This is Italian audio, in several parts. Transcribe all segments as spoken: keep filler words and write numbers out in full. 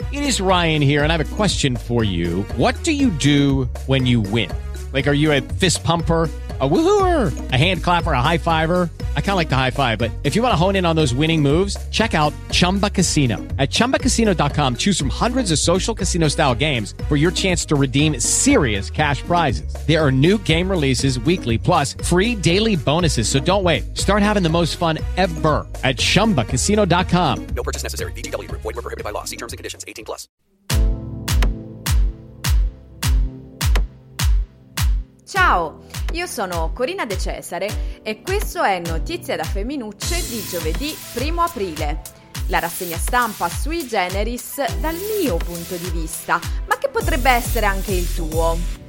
It is Ryan here, and I have a question for you. What do you do when you win? Like, are you a fist pumper, a woohooer, a hand clapper, a high fiver? I kind of like the high five, but if you want to hone in on those winning moves, check out Chumba Casino. At chumba casino dot com, choose from hundreds of social casino style games for your chance to redeem serious cash prizes. There are new game releases weekly, plus free daily bonuses. So don't wait. Start having the most fun ever at chumba casino dot com. No purchase necessary. V G W. Void where prohibited by law. See terms and conditions. eighteen plus. Ciao, io sono Corina De Cesare e questo è Notizie da Femminucce di giovedì primo aprile. La rassegna stampa sui generis dal mio punto di vista, ma che potrebbe essere anche il tuo.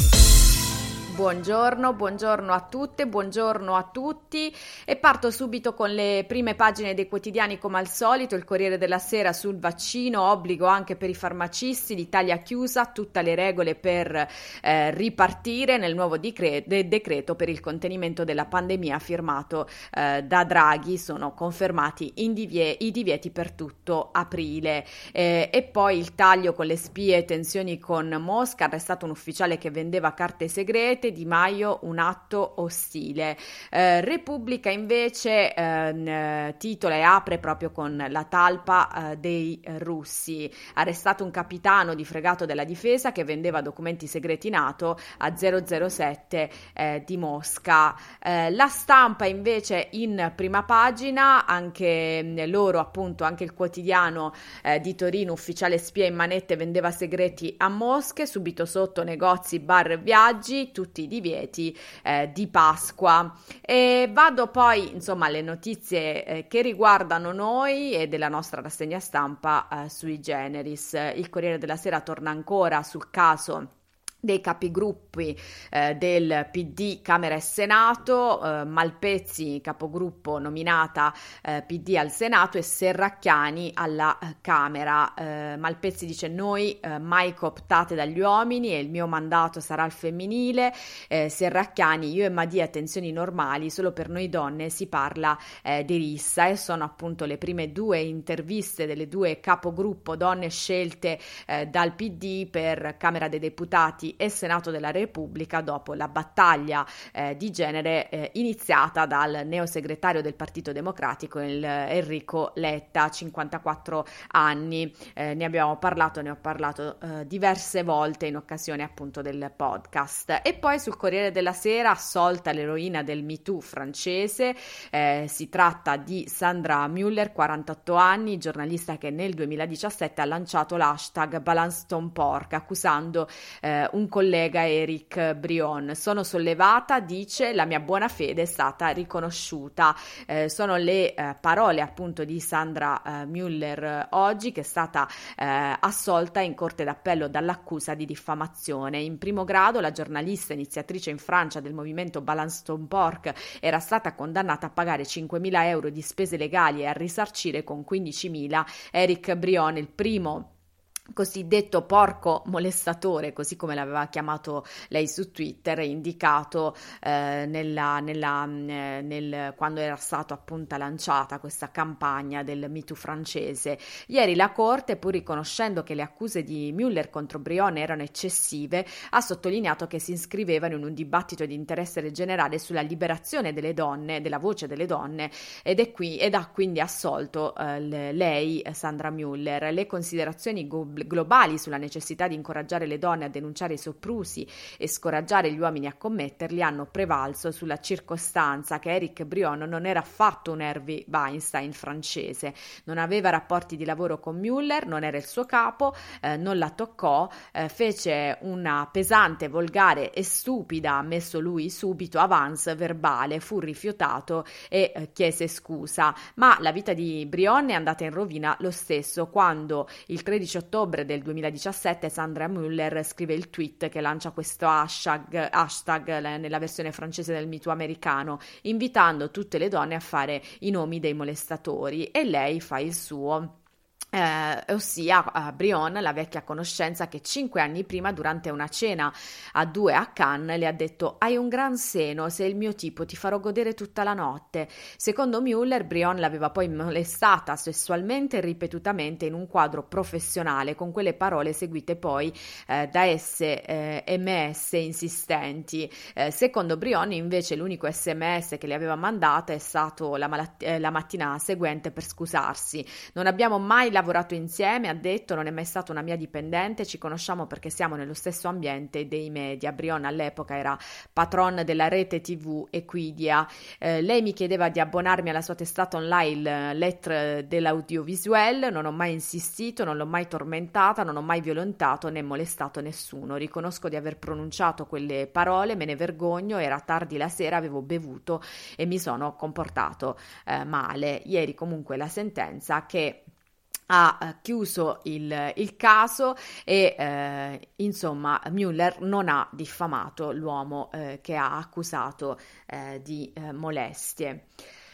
Buongiorno, buongiorno a tutte, buongiorno a tutti e parto subito con le prime pagine dei quotidiani come al solito. Il Corriere della Sera sul vaccino, obbligo anche per i farmacisti, l'Italia chiusa, tutte le regole per eh, ripartire nel nuovo decre- de- decreto per il contenimento della pandemia firmato eh, da Draghi, sono confermati in divie- i divieti per tutto aprile eh, e poi il taglio con le spie, tensioni con Mosca, arrestato un ufficiale che vendeva carte segrete. Di Maio un atto ostile. Eh, Repubblica invece eh, titola e apre proprio con la talpa eh, dei russi. Arrestato un capitano di fregato della difesa che vendeva documenti segreti NATO a zero zero sette eh, di Mosca. Eh, la Stampa invece in prima pagina, anche loro appunto, anche il quotidiano eh, di Torino, ufficiale spia in manette vendeva segreti a Mosca, subito sotto negozi, bar e viaggi, tutti i divieti eh, di Pasqua. E vado poi insomma alle notizie eh, che riguardano noi e della nostra rassegna stampa eh, sui generis. Il Corriere della Sera torna ancora sul caso dei capigruppi eh, del P D Camera e Senato, eh, Malpezzi capogruppo nominata eh, P D al Senato e Serracchiani alla eh, Camera. Eh, Malpezzi dice: noi eh, mai cooptate dagli uomini e il mio mandato sarà al femminile. eh, Serracchiani: io e Madia tensioni normali, solo per noi donne si parla eh, di rissa. E sono appunto le prime due interviste delle due capogruppo donne scelte eh, dal P D per Camera dei Deputati e Senato della Repubblica dopo la battaglia eh, di genere eh, iniziata dal neosegretario del Partito Democratico, il Enrico Letta, cinquantaquattro anni. Eh, ne abbiamo parlato, ne ho parlato eh, diverse volte in occasione appunto del podcast. E poi sul Corriere della Sera, assolta l'eroina del Me Too francese, eh, si tratta di Sandra Müller, quarantotto anni, giornalista che nel duemiladiciassette ha lanciato l'hashtag Balance Ton Porc, accusando eh, un collega, Eric Brion. Sono sollevata, dice, la mia buona fede è stata riconosciuta. Eh, sono le eh, parole appunto di Sandra eh, Müller eh, oggi, che è stata eh, assolta in corte d'appello dall'accusa di diffamazione. In primo grado la giornalista iniziatrice in Francia del movimento Balance Ton Porc era stata condannata a pagare cinquemila euro di spese legali e a risarcire con quindicimila Eric Brion, il primo cosiddetto porco molestatore, così come l'aveva chiamato lei su Twitter, indicato eh, nella, nella, eh, nel, quando era stata appunto lanciata questa campagna del Me Too francese. Ieri la Corte, pur riconoscendo che le accuse di Müller contro Brion erano eccessive, ha sottolineato che si iscrivevano in un dibattito di interesse generale sulla liberazione delle donne, della voce delle donne, ed, è qui, ed ha quindi assolto eh, lei, Sandra Müller. Le considerazioni go- globali sulla necessità di incoraggiare le donne a denunciare i soprusi e scoraggiare gli uomini a commetterli hanno prevalso sulla circostanza che Eric Brion non era affatto un Harvey Weinstein francese, non aveva rapporti di lavoro con Müller, non era il suo capo, eh, non la toccò, eh, fece una pesante, volgare e stupida, ammesso lui subito, avance verbale, fu rifiutato e eh, chiese scusa, ma la vita di Brion è andata in rovina lo stesso quando il tredici ottobre del duemiladiciassette Sandra Müller scrive il tweet che lancia questo hashtag, hashtag nella versione francese del Me Too americano, invitando tutte le donne a fare i nomi dei molestatori, e lei fa il suo. Eh, ossia uh, Brion, la vecchia conoscenza che cinque anni prima, durante una cena a due a Cannes, le ha detto: hai un gran seno, sei il mio tipo, ti farò godere tutta la notte. Secondo Mueller, Brion l'aveva poi molestata sessualmente e ripetutamente in un quadro professionale, con quelle parole seguite poi eh, da S M S insistenti. Eh, secondo Brion, invece, l'unico S M S che le aveva mandata è stato la, malat- eh, la mattina seguente per scusarsi. Non abbiamo mai lavorato insieme, ha detto, non è mai stata una mia dipendente, ci conosciamo perché siamo nello stesso ambiente dei media. Brion all'epoca era patron della rete tivù Equidia. Eh, lei mi chiedeva di abbonarmi alla sua testata online Lettre dell'audiovisuel, non ho mai insistito, non l'ho mai tormentata, non ho mai violentato né molestato nessuno. Riconosco di aver pronunciato quelle parole, me ne vergogno, era tardi la sera, avevo bevuto e mi sono comportato eh, male. Ieri comunque la sentenza che ha eh, chiuso il, il caso e eh, insomma Mueller non ha diffamato l'uomo eh, che ha accusato eh, di eh, molestie.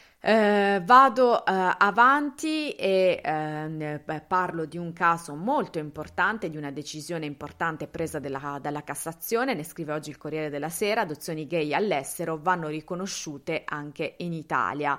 Eh, vado eh, avanti e eh, parlo di un caso molto importante, di una decisione importante presa della, dalla Cassazione. Ne scrive oggi il Corriere della Sera: adozioni gay all'estero vanno riconosciute anche in Italia.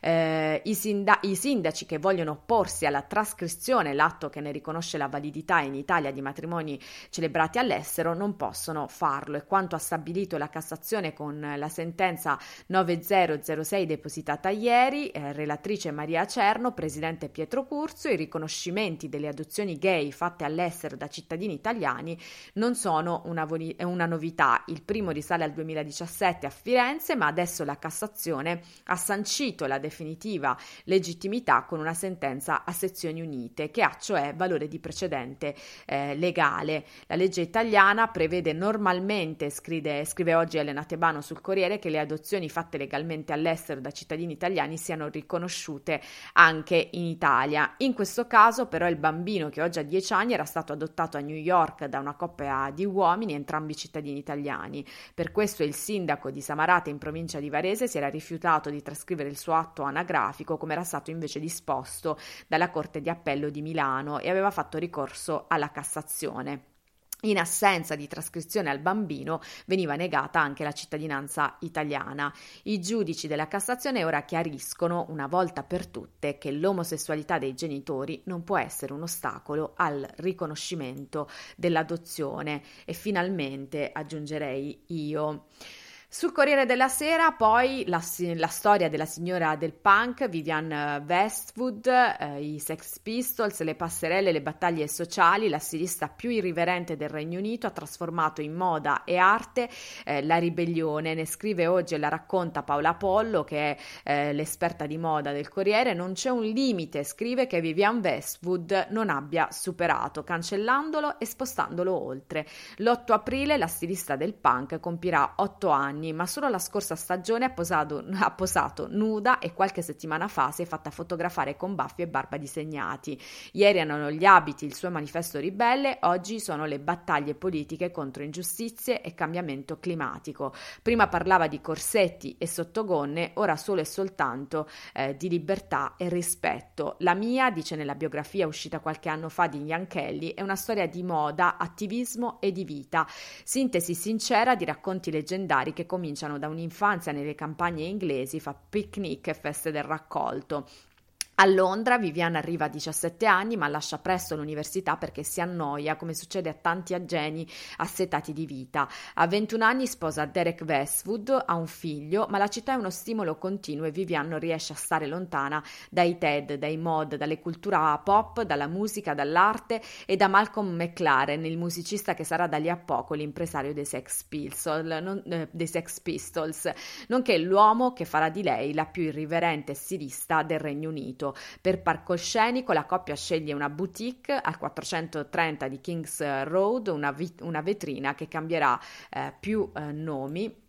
Eh, i, sinda- i sindaci che vogliono opporsi alla trascrizione, l'atto che ne riconosce la validità in Italia di matrimoni celebrati all'estero, non possono farlo. E quanto ha stabilito la Cassazione con la sentenza nove zero zero sei depositata ieri, Ieri, eh, relatrice Maria Acerno, presidente Pietro Curzio: i riconoscimenti delle adozioni gay fatte all'estero da cittadini italiani non sono una, voli- una novità. Il primo risale al duemiladiciassette a Firenze, ma adesso la Cassazione ha sancito la definitiva legittimità con una sentenza a sezioni unite, che ha cioè valore di precedente eh, legale. La legge italiana prevede normalmente, scrive, scrive oggi Elena Tebano sul Corriere, che le adozioni fatte legalmente all'estero da cittadini italiani siano riconosciute anche in Italia. In questo caso però il bambino, che oggi ha dieci anni, era stato adottato a New York da una coppia di uomini, entrambi cittadini italiani. Per questo il sindaco di Samarate, in provincia di Varese, si era rifiutato di trascrivere il suo atto anagrafico, come era stato invece disposto dalla Corte di Appello di Milano, e aveva fatto ricorso alla Cassazione. In assenza di trascrizione al bambino veniva negata anche la cittadinanza italiana. I giudici della Cassazione ora chiariscono una volta per tutte che l'omosessualità dei genitori non può essere un ostacolo al riconoscimento dell'adozione. E finalmente, aggiungerei io. Sul Corriere della Sera poi la, la storia della signora del punk, Vivienne Westwood, eh, i Sex Pistols, le passerelle, le battaglie sociali. La stilista più irriverente del Regno Unito ha trasformato in moda e arte eh, la ribellione. Ne scrive oggi e la racconta Paola Pollo, che è eh, l'esperta di moda del Corriere. Non c'è un limite, scrive, che Vivienne Westwood non abbia superato, cancellandolo e spostandolo oltre. L'otto aprile la stilista del punk compirà otto anni, ma solo la scorsa stagione ha posato, ha posato nuda e qualche settimana fa si è fatta fotografare con baffi e barba disegnati. Ieri erano gli abiti, il suo manifesto ribelle, oggi sono le battaglie politiche contro ingiustizie e cambiamento climatico. Prima parlava di corsetti e sottogonne, ora solo e soltanto eh, di libertà e rispetto. La mia, dice nella biografia uscita qualche anno fa di Ian Kelly, è una storia di moda, attivismo e di vita, sintesi sincera di racconti leggendari che cominciano da un'infanzia nelle campagne inglesi, fa picnic e feste del raccolto. A Londra Viviane arriva a diciassette anni, ma lascia presto l'università perché si annoia, come succede a tanti ageni assetati di vita. A ventuno anni sposa Derek Westwood, ha un figlio, ma la città è uno stimolo continuo e Viviane non riesce a stare lontana dai TED, dai mod, dalle cultura pop, dalla musica, dall'arte e da Malcolm McLaren, il musicista che sarà da lì a poco l'impresario dei Sex Pistols, non, eh, dei Sex Pistols, nonché l'uomo che farà di lei la più irriverente stilista del Regno Unito. Per palcoscenico la coppia sceglie una boutique al quattrocentotrenta di King's Road, una, vi- una vetrina che cambierà eh, più eh, nomi.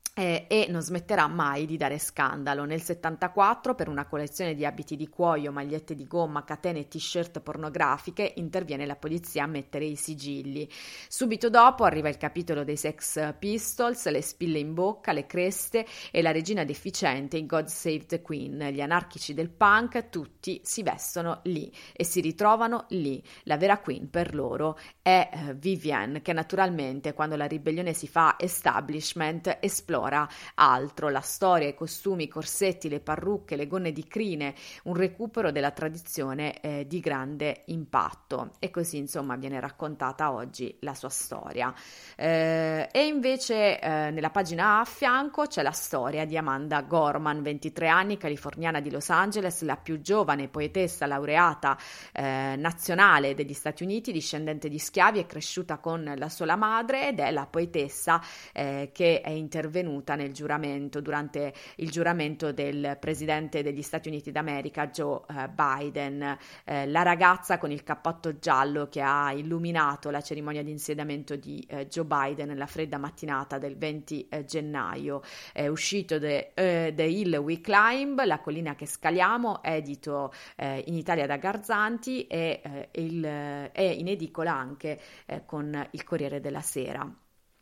Eh, e non smetterà mai di dare scandalo. Nel settantaquattro, per una collezione di abiti di cuoio, magliette di gomma, catene e t-shirt pornografiche, interviene la polizia a mettere i sigilli. Subito dopo arriva il capitolo dei Sex Pistols, le spille in bocca, le creste e la regina deficiente in God Save the Queen. Gli anarchici del punk tutti si vestono lì e si ritrovano lì. La vera queen per loro è eh, Vivienne, che naturalmente, quando la ribellione si fa establishment, esplora altro, la storia, i costumi, i corsetti, le parrucche, le gonne di crine, un recupero della tradizione eh, di grande impatto, e così insomma viene raccontata oggi la sua storia. Eh, e invece eh, nella pagina a fianco c'è la storia di Amanda Gorman, ventitré anni, californiana di Los Angeles, la più giovane poetessa laureata eh, nazionale degli Stati Uniti, discendente di schiavi, è cresciuta con la sola madre ed è la poetessa eh, che è intervenuta nel giuramento, durante il giuramento del presidente degli Stati Uniti d'America, Joe eh, Biden, eh, la ragazza con il cappotto giallo che ha illuminato la cerimonia di insediamento di eh, Joe Biden nella fredda mattinata del venti eh, gennaio. È uscito The uh, Hill We Climb, La collina che scaliamo, edito eh, in Italia da Garzanti, e eh, il, è in edicola anche eh, con il Corriere della Sera.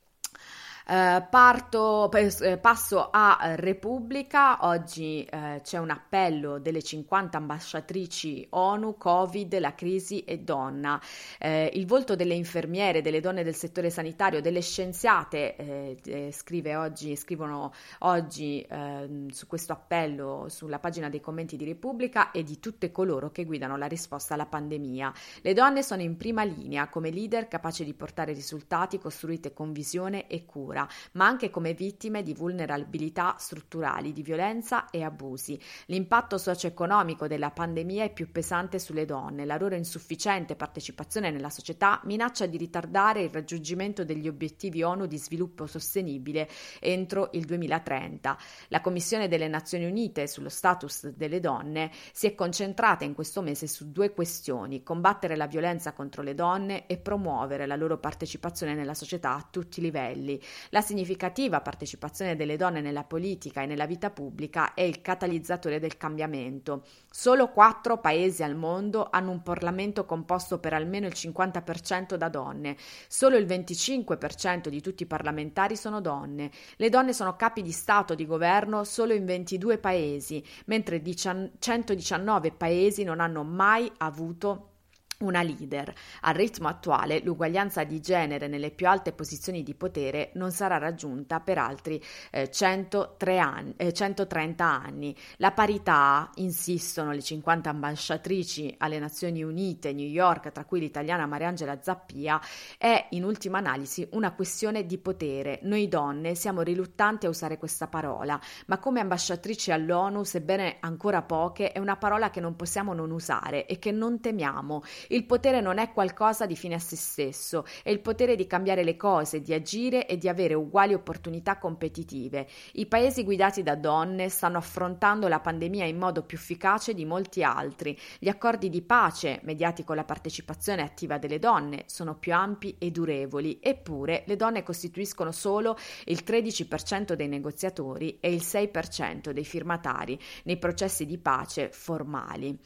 Uh, parto, eh, passo a Repubblica. Oggi eh, c'è un appello delle cinquanta ambasciatrici ONU, Covid, la crisi e donna. Eh, il volto delle infermiere, delle donne del settore sanitario, delle scienziate, eh, eh, scrive oggi, scrivono oggi eh, su questo appello sulla pagina dei commenti di Repubblica, e di tutte coloro che guidano la risposta alla pandemia. Le donne sono in prima linea come leader capaci di portare risultati costruite con visione e cura, ma anche come vittime di vulnerabilità strutturali, di violenza e abusi. L'impatto socio-economico della pandemia è più pesante sulle donne. La loro insufficiente partecipazione nella società minaccia di ritardare il raggiungimento degli obiettivi ONU di sviluppo sostenibile entro il duemilatrenta. La Commissione delle Nazioni Unite sullo status delle donne si è concentrata in questo mese su due questioni: combattere la violenza contro le donne e promuovere la loro partecipazione nella società a tutti i livelli. La significativa partecipazione delle donne nella politica e nella vita pubblica è il catalizzatore del cambiamento. Solo quattro paesi al mondo hanno un Parlamento composto per almeno il cinquanta per cento da donne. Solo il venticinque per cento di tutti i parlamentari sono donne. Le donne sono capi di Stato, di governo solo in ventidue paesi, mentre centodiciannove paesi non hanno mai avuto una leader. Al ritmo attuale l'uguaglianza di genere nelle più alte posizioni di potere non sarà raggiunta per altri eh, centotré anni, eh, centotrenta anni. La parità, insistono le cinquanta ambasciatrici alle Nazioni Unite, New York, tra cui l'italiana Mariangela Zappia, è in ultima analisi una questione di potere. Noi donne siamo riluttanti a usare questa parola, ma come ambasciatrici all'ONU, sebbene ancora poche, è una parola che non possiamo non usare e che non temiamo. Il potere non è qualcosa di fine a se stesso, è il potere di cambiare le cose, di agire e di avere uguali opportunità competitive. I paesi guidati da donne stanno affrontando la pandemia in modo più efficace di molti altri. Gli accordi di pace, mediati con la partecipazione attiva delle donne, sono più ampi e durevoli, eppure le donne costituiscono solo il tredici per cento dei negoziatori e il sei per cento dei firmatari nei processi di pace formali.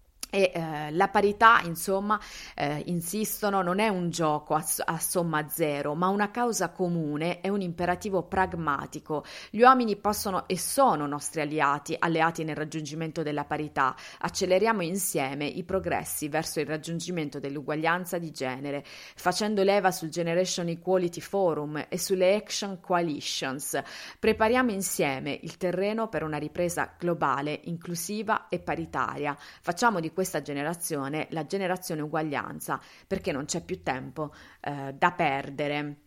E eh, la parità, insomma, eh, insistono, non è un gioco a, a somma zero, ma una causa comune, è un imperativo pragmatico. Gli uomini possono e sono nostri alleati, alleati nel raggiungimento della parità. Acceleriamo insieme i progressi verso il raggiungimento dell'uguaglianza di genere, facendo leva sul Generation Equality Forum e sulle Action Coalitions. Prepariamo insieme il terreno per una ripresa globale, inclusiva e paritaria. Facciamo di questa generazione la generazione uguaglianza, perché non c'è più tempo eh, da perdere.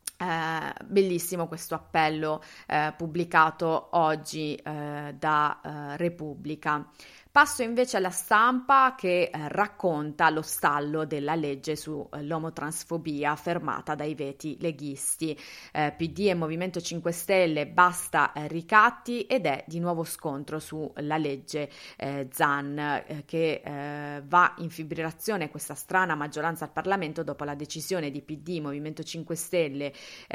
Eh, bellissimo questo appello eh, pubblicato oggi eh, da eh, Repubblica. Passo invece alla Stampa che eh, racconta lo stallo della legge sull'omotransfobia fermata dai veti leghisti. Eh, P D e Movimento cinque Stelle basta eh, ricatti ed è di nuovo scontro sulla legge eh, Zan eh, che eh, va in fibrillazione questa strana maggioranza al Parlamento dopo la decisione di P D, Movimento cinque Stelle,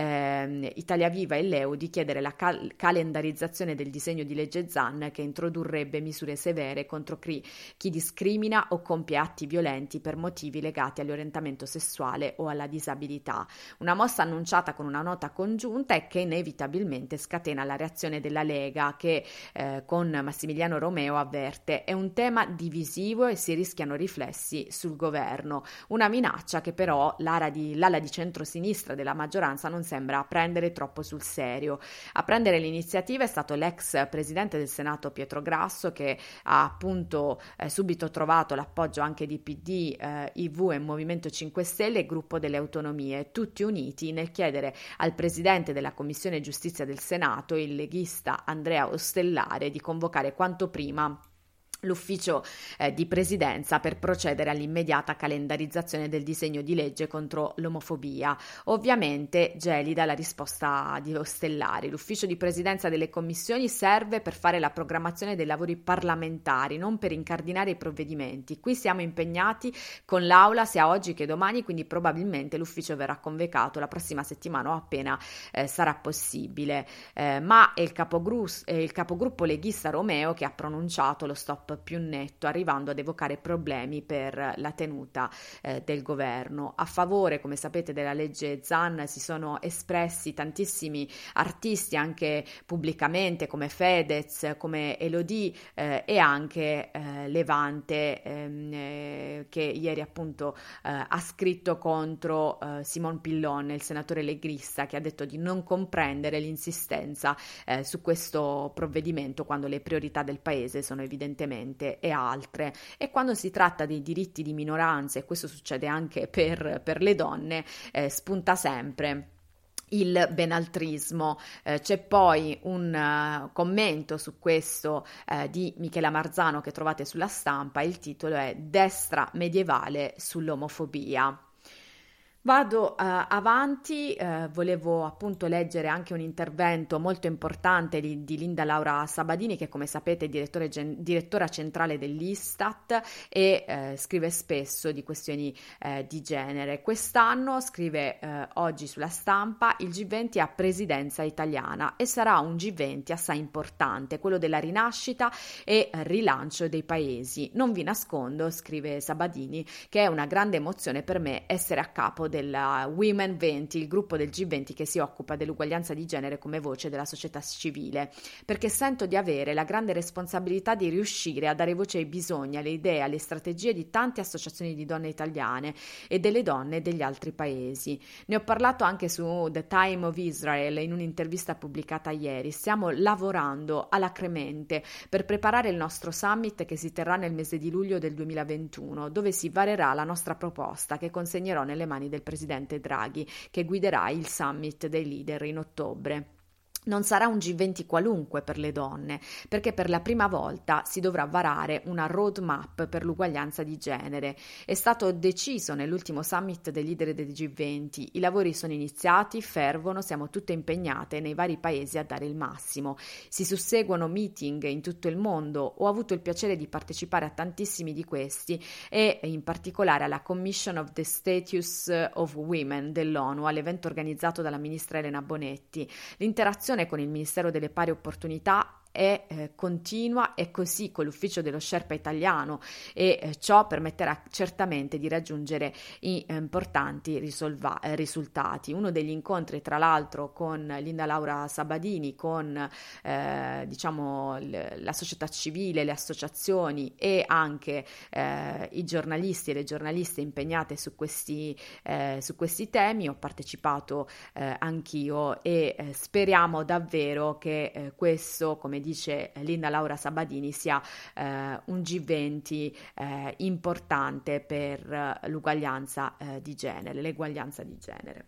eh, Italia Viva e Leu di chiedere la cal- calendarizzazione del disegno di legge Zan che introdurrebbe misure severe contro chi, chi discrimina o compie atti violenti per motivi legati all'orientamento sessuale o alla disabilità. Una mossa annunciata con una nota congiunta e che inevitabilmente scatena la reazione della Lega che eh, con Massimiliano Romeo avverte è un tema divisivo e si rischiano riflessi sul governo. Una minaccia che però l'ala di, l'ala di centrosinistra della maggioranza non sembra prendere troppo sul serio. A prendere l'iniziativa è stato l'ex presidente del Senato Pietro Grasso che ha appunto eh, subito trovato l'appoggio anche di P D, eh, I V e Movimento cinque Stelle e Gruppo delle Autonomie, tutti uniti nel chiedere al presidente della Commissione Giustizia del Senato, il leghista Andrea Ostellare, di convocare quanto prima l'ufficio eh, di presidenza per procedere all'immediata calendarizzazione del disegno di legge contro l'omofobia. Ovviamente gelida la risposta di Ostellari. L'ufficio di presidenza delle commissioni serve per fare la programmazione dei lavori parlamentari, non per incardinare i provvedimenti. Qui siamo impegnati con l'Aula sia oggi che domani, quindi probabilmente l'ufficio verrà convocato la prossima settimana o appena eh, sarà possibile. Eh, ma è il, capogrus- è il capogruppo leghista Romeo che ha pronunciato lo stop più netto, arrivando ad evocare problemi per la tenuta eh, del governo. A favore, come sapete, della legge Zan si sono espressi tantissimi artisti anche pubblicamente, come Fedez, come Elodie eh, e anche eh, Levante ehm, eh, che ieri appunto eh, ha scritto contro eh, Simon Pillon, il senatore leghista, che ha detto di non comprendere l'insistenza eh, su questo provvedimento quando le priorità del paese sono evidentemente e altre. E quando si tratta dei diritti di minoranze, e questo succede anche per, per le donne, eh, spunta sempre il benaltrismo. Eh, c'è poi un uh, commento su questo uh, di Michela Marzano che trovate sulla Stampa. Il titolo è Destra medievale sull'omofobia. Vado uh, avanti, uh, volevo appunto leggere anche un intervento molto importante di, di Linda Laura Sabadini, che come sapete è direttore gen- direttora centrale dell'Istat e uh, scrive spesso di questioni uh, di genere. Quest'anno, scrive uh, oggi sulla Stampa, il G venti ha presidenza italiana e sarà un G venti assai importante, quello della rinascita e uh, rilancio dei paesi. Non vi nascondo, scrive Sabadini, che è una grande emozione per me essere a capo della Women venti, il gruppo del G venti che si occupa dell'uguaglianza di genere come voce della società civile, perché sento di avere la grande responsabilità di riuscire a dare voce ai bisogni, alle idee, alle strategie di tante associazioni di donne italiane e delle donne degli altri paesi. Ne ho parlato anche su The Time of Israel in un'intervista pubblicata ieri. Stiamo lavorando alacremente per preparare il nostro summit che si terrà nel mese di luglio del duemilaventuno, dove si varerà la nostra proposta che consegnerò nelle mani del presidente Draghi, che guiderà il summit dei leader in ottobre. Non sarà un G venti qualunque per le donne, perché per la prima volta si dovrà varare una roadmap per l'uguaglianza di genere. È stato deciso nell'ultimo summit dei leader del G venti, i lavori sono iniziati, fervono, siamo tutte impegnate nei vari paesi a dare il massimo. Si susseguono meeting in tutto il mondo, ho avuto il piacere di partecipare a tantissimi di questi e in particolare alla Commission of the Status of Women dell'ONU, all'evento organizzato dalla ministra Elena Bonetti. L'interazione con il Ministero delle Pari Opportunità è eh, continua e così con l'ufficio dello Sherpa italiano e eh, ciò permetterà certamente di raggiungere i, eh, importanti risolva- eh, risultati. Uno degli incontri tra l'altro con Linda Laura Sabadini, con eh, diciamo l- la società civile, le associazioni e anche eh, i giornalisti e le giornaliste impegnate su questi, eh, su questi temi. Ho partecipato eh, anch'io e eh, speriamo davvero che eh, questo, come dice Linda Laura Sabadini, sia eh, un G venti eh, importante per eh, l'uguaglianza eh, di genere, l'eguaglianza di genere.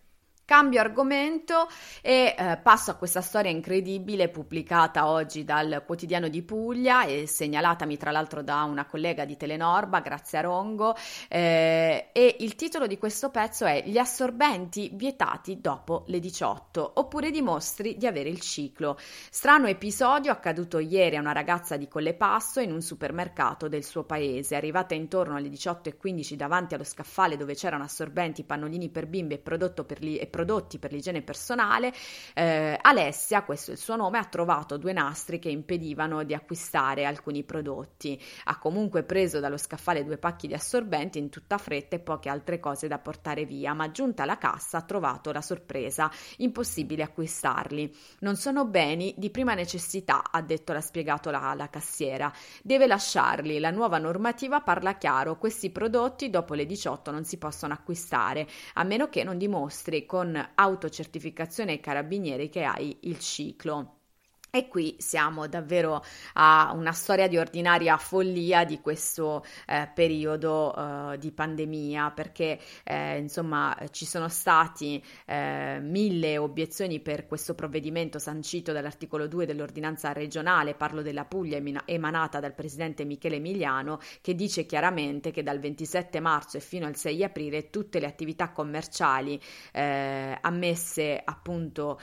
Cambio argomento e eh, passo a questa storia incredibile pubblicata oggi dal Quotidiano di Puglia e segnalatami tra l'altro da una collega di Telenorba, Grazia Rongo, eh, e il titolo di questo pezzo è "Gli assorbenti vietati dopo le diciotto, oppure dimostri di avere il ciclo". Strano episodio accaduto ieri a una ragazza di Collepasso in un supermercato del suo paese. Arrivata intorno alle diciotto e quindici davanti allo scaffale dove c'erano assorbenti, pannolini per bimbe e prodotto per li- e prodotti per l'igiene personale, eh, Alessia, questo è il suo nome, ha trovato due nastri che impedivano di acquistare alcuni prodotti. Ha comunque preso dallo scaffale due pacchi di assorbenti in tutta fretta e poche altre cose da portare via, ma giunta alla cassa ha trovato la sorpresa: impossibile acquistarli. Non sono beni di prima necessità, ha detto, l'ha spiegato la, la cassiera. Deve lasciarli, la nuova normativa parla chiaro, questi prodotti dopo le diciotto non si possono acquistare, a meno che non dimostri con autocertificazione ai carabinieri che hai il ciclo. E qui siamo davvero a una storia di ordinaria follia di questo eh, periodo eh, di pandemia, perché eh, insomma ci sono stati eh, mille obiezioni per questo provvedimento sancito dall'articolo due dell'ordinanza regionale, parlo della Puglia, emanata dal presidente Michele Emiliano, che dice chiaramente che dal ventisette marzo e fino al sei aprile tutte le attività commerciali eh, ammesse appunto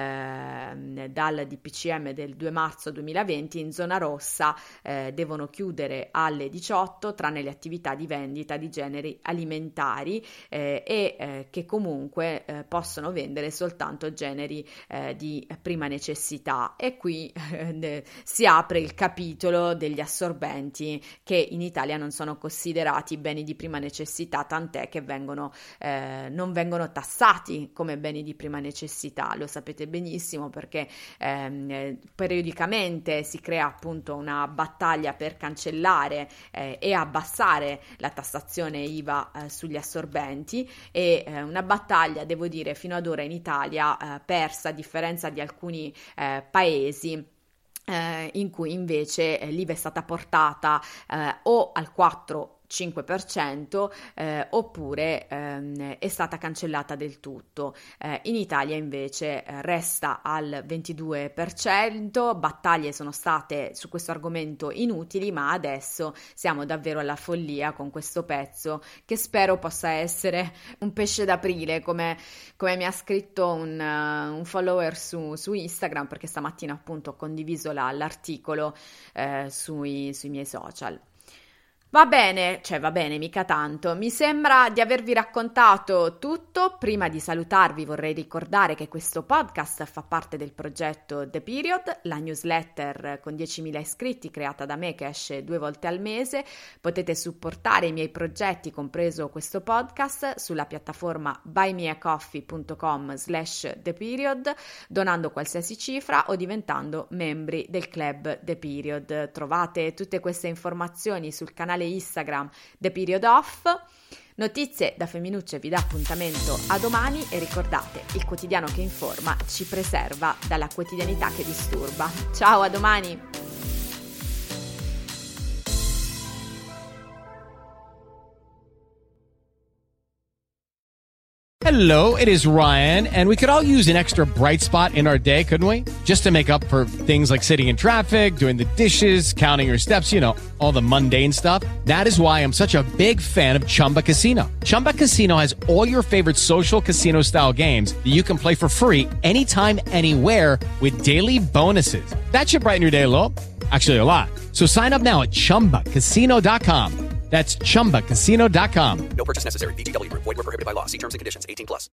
eh, dal D P C M del due marzo duemilaventi in zona rossa eh, devono chiudere alle diciotto, tranne le attività di vendita di generi alimentari eh, e eh, che comunque eh, possono vendere soltanto generi eh, di prima necessità. E qui eh, si apre il capitolo degli assorbenti, che in Italia non sono considerati beni di prima necessità, tant'è che vengono, eh, non vengono tassati come beni di prima necessità. Lo sapete benissimo, perché ehm, periodicamente si crea appunto una battaglia per cancellare eh, e abbassare la tassazione I V A eh, sugli assorbenti, e eh, una battaglia, devo dire, fino ad ora in Italia eh, persa, a differenza di alcuni eh, paesi eh, in cui invece eh, l'I V A è stata portata eh, o al quattro cinque per cento eh, oppure ehm, è stata cancellata del tutto. Eh, in Italia invece eh, resta al ventidue per cento. Battaglie sono state su questo argomento inutili, ma adesso siamo davvero alla follia con questo pezzo, che spero possa essere un pesce d'aprile, come, come mi ha scritto un, uh, un follower su, su Instagram, perché stamattina appunto ho condiviso la, l'articolo eh, sui, sui miei social. Va bene, cioè va bene, mica tanto. Mi sembra di avervi raccontato tutto. Prima di salutarvi vorrei ricordare che questo podcast fa parte del progetto The Period, la newsletter con diecimila iscritti creata da me, che esce due volte al mese. Potete supportare i miei progetti, compreso questo podcast, sulla piattaforma buymeacoffee.com slash The Period, donando qualsiasi cifra o diventando membri del club The Period. Trovate tutte queste informazioni sul canale Instagram The Period Off. Notizie da Femminucce vi dà appuntamento a domani, e ricordate, il quotidiano che informa ci preserva dalla quotidianità che disturba. Ciao, a domani! Hello, it is Ryan, and we could all use an extra bright spot in our day, couldn't we? Just to make up for things like sitting in traffic, doing the dishes, counting your steps, you know, all the mundane stuff. That is why I'm such a big fan of Chumba Casino. Chumba Casino has all your favorite social casino-style games that you can play for free anytime, anywhere, with daily bonuses. That should brighten your day a little. Actually, a lot. So sign up now at chumba casino dot com. That's chumba casino dot com. No purchase necessary. V G W Group. Void where prohibited by law. See terms and conditions. eighteen plus.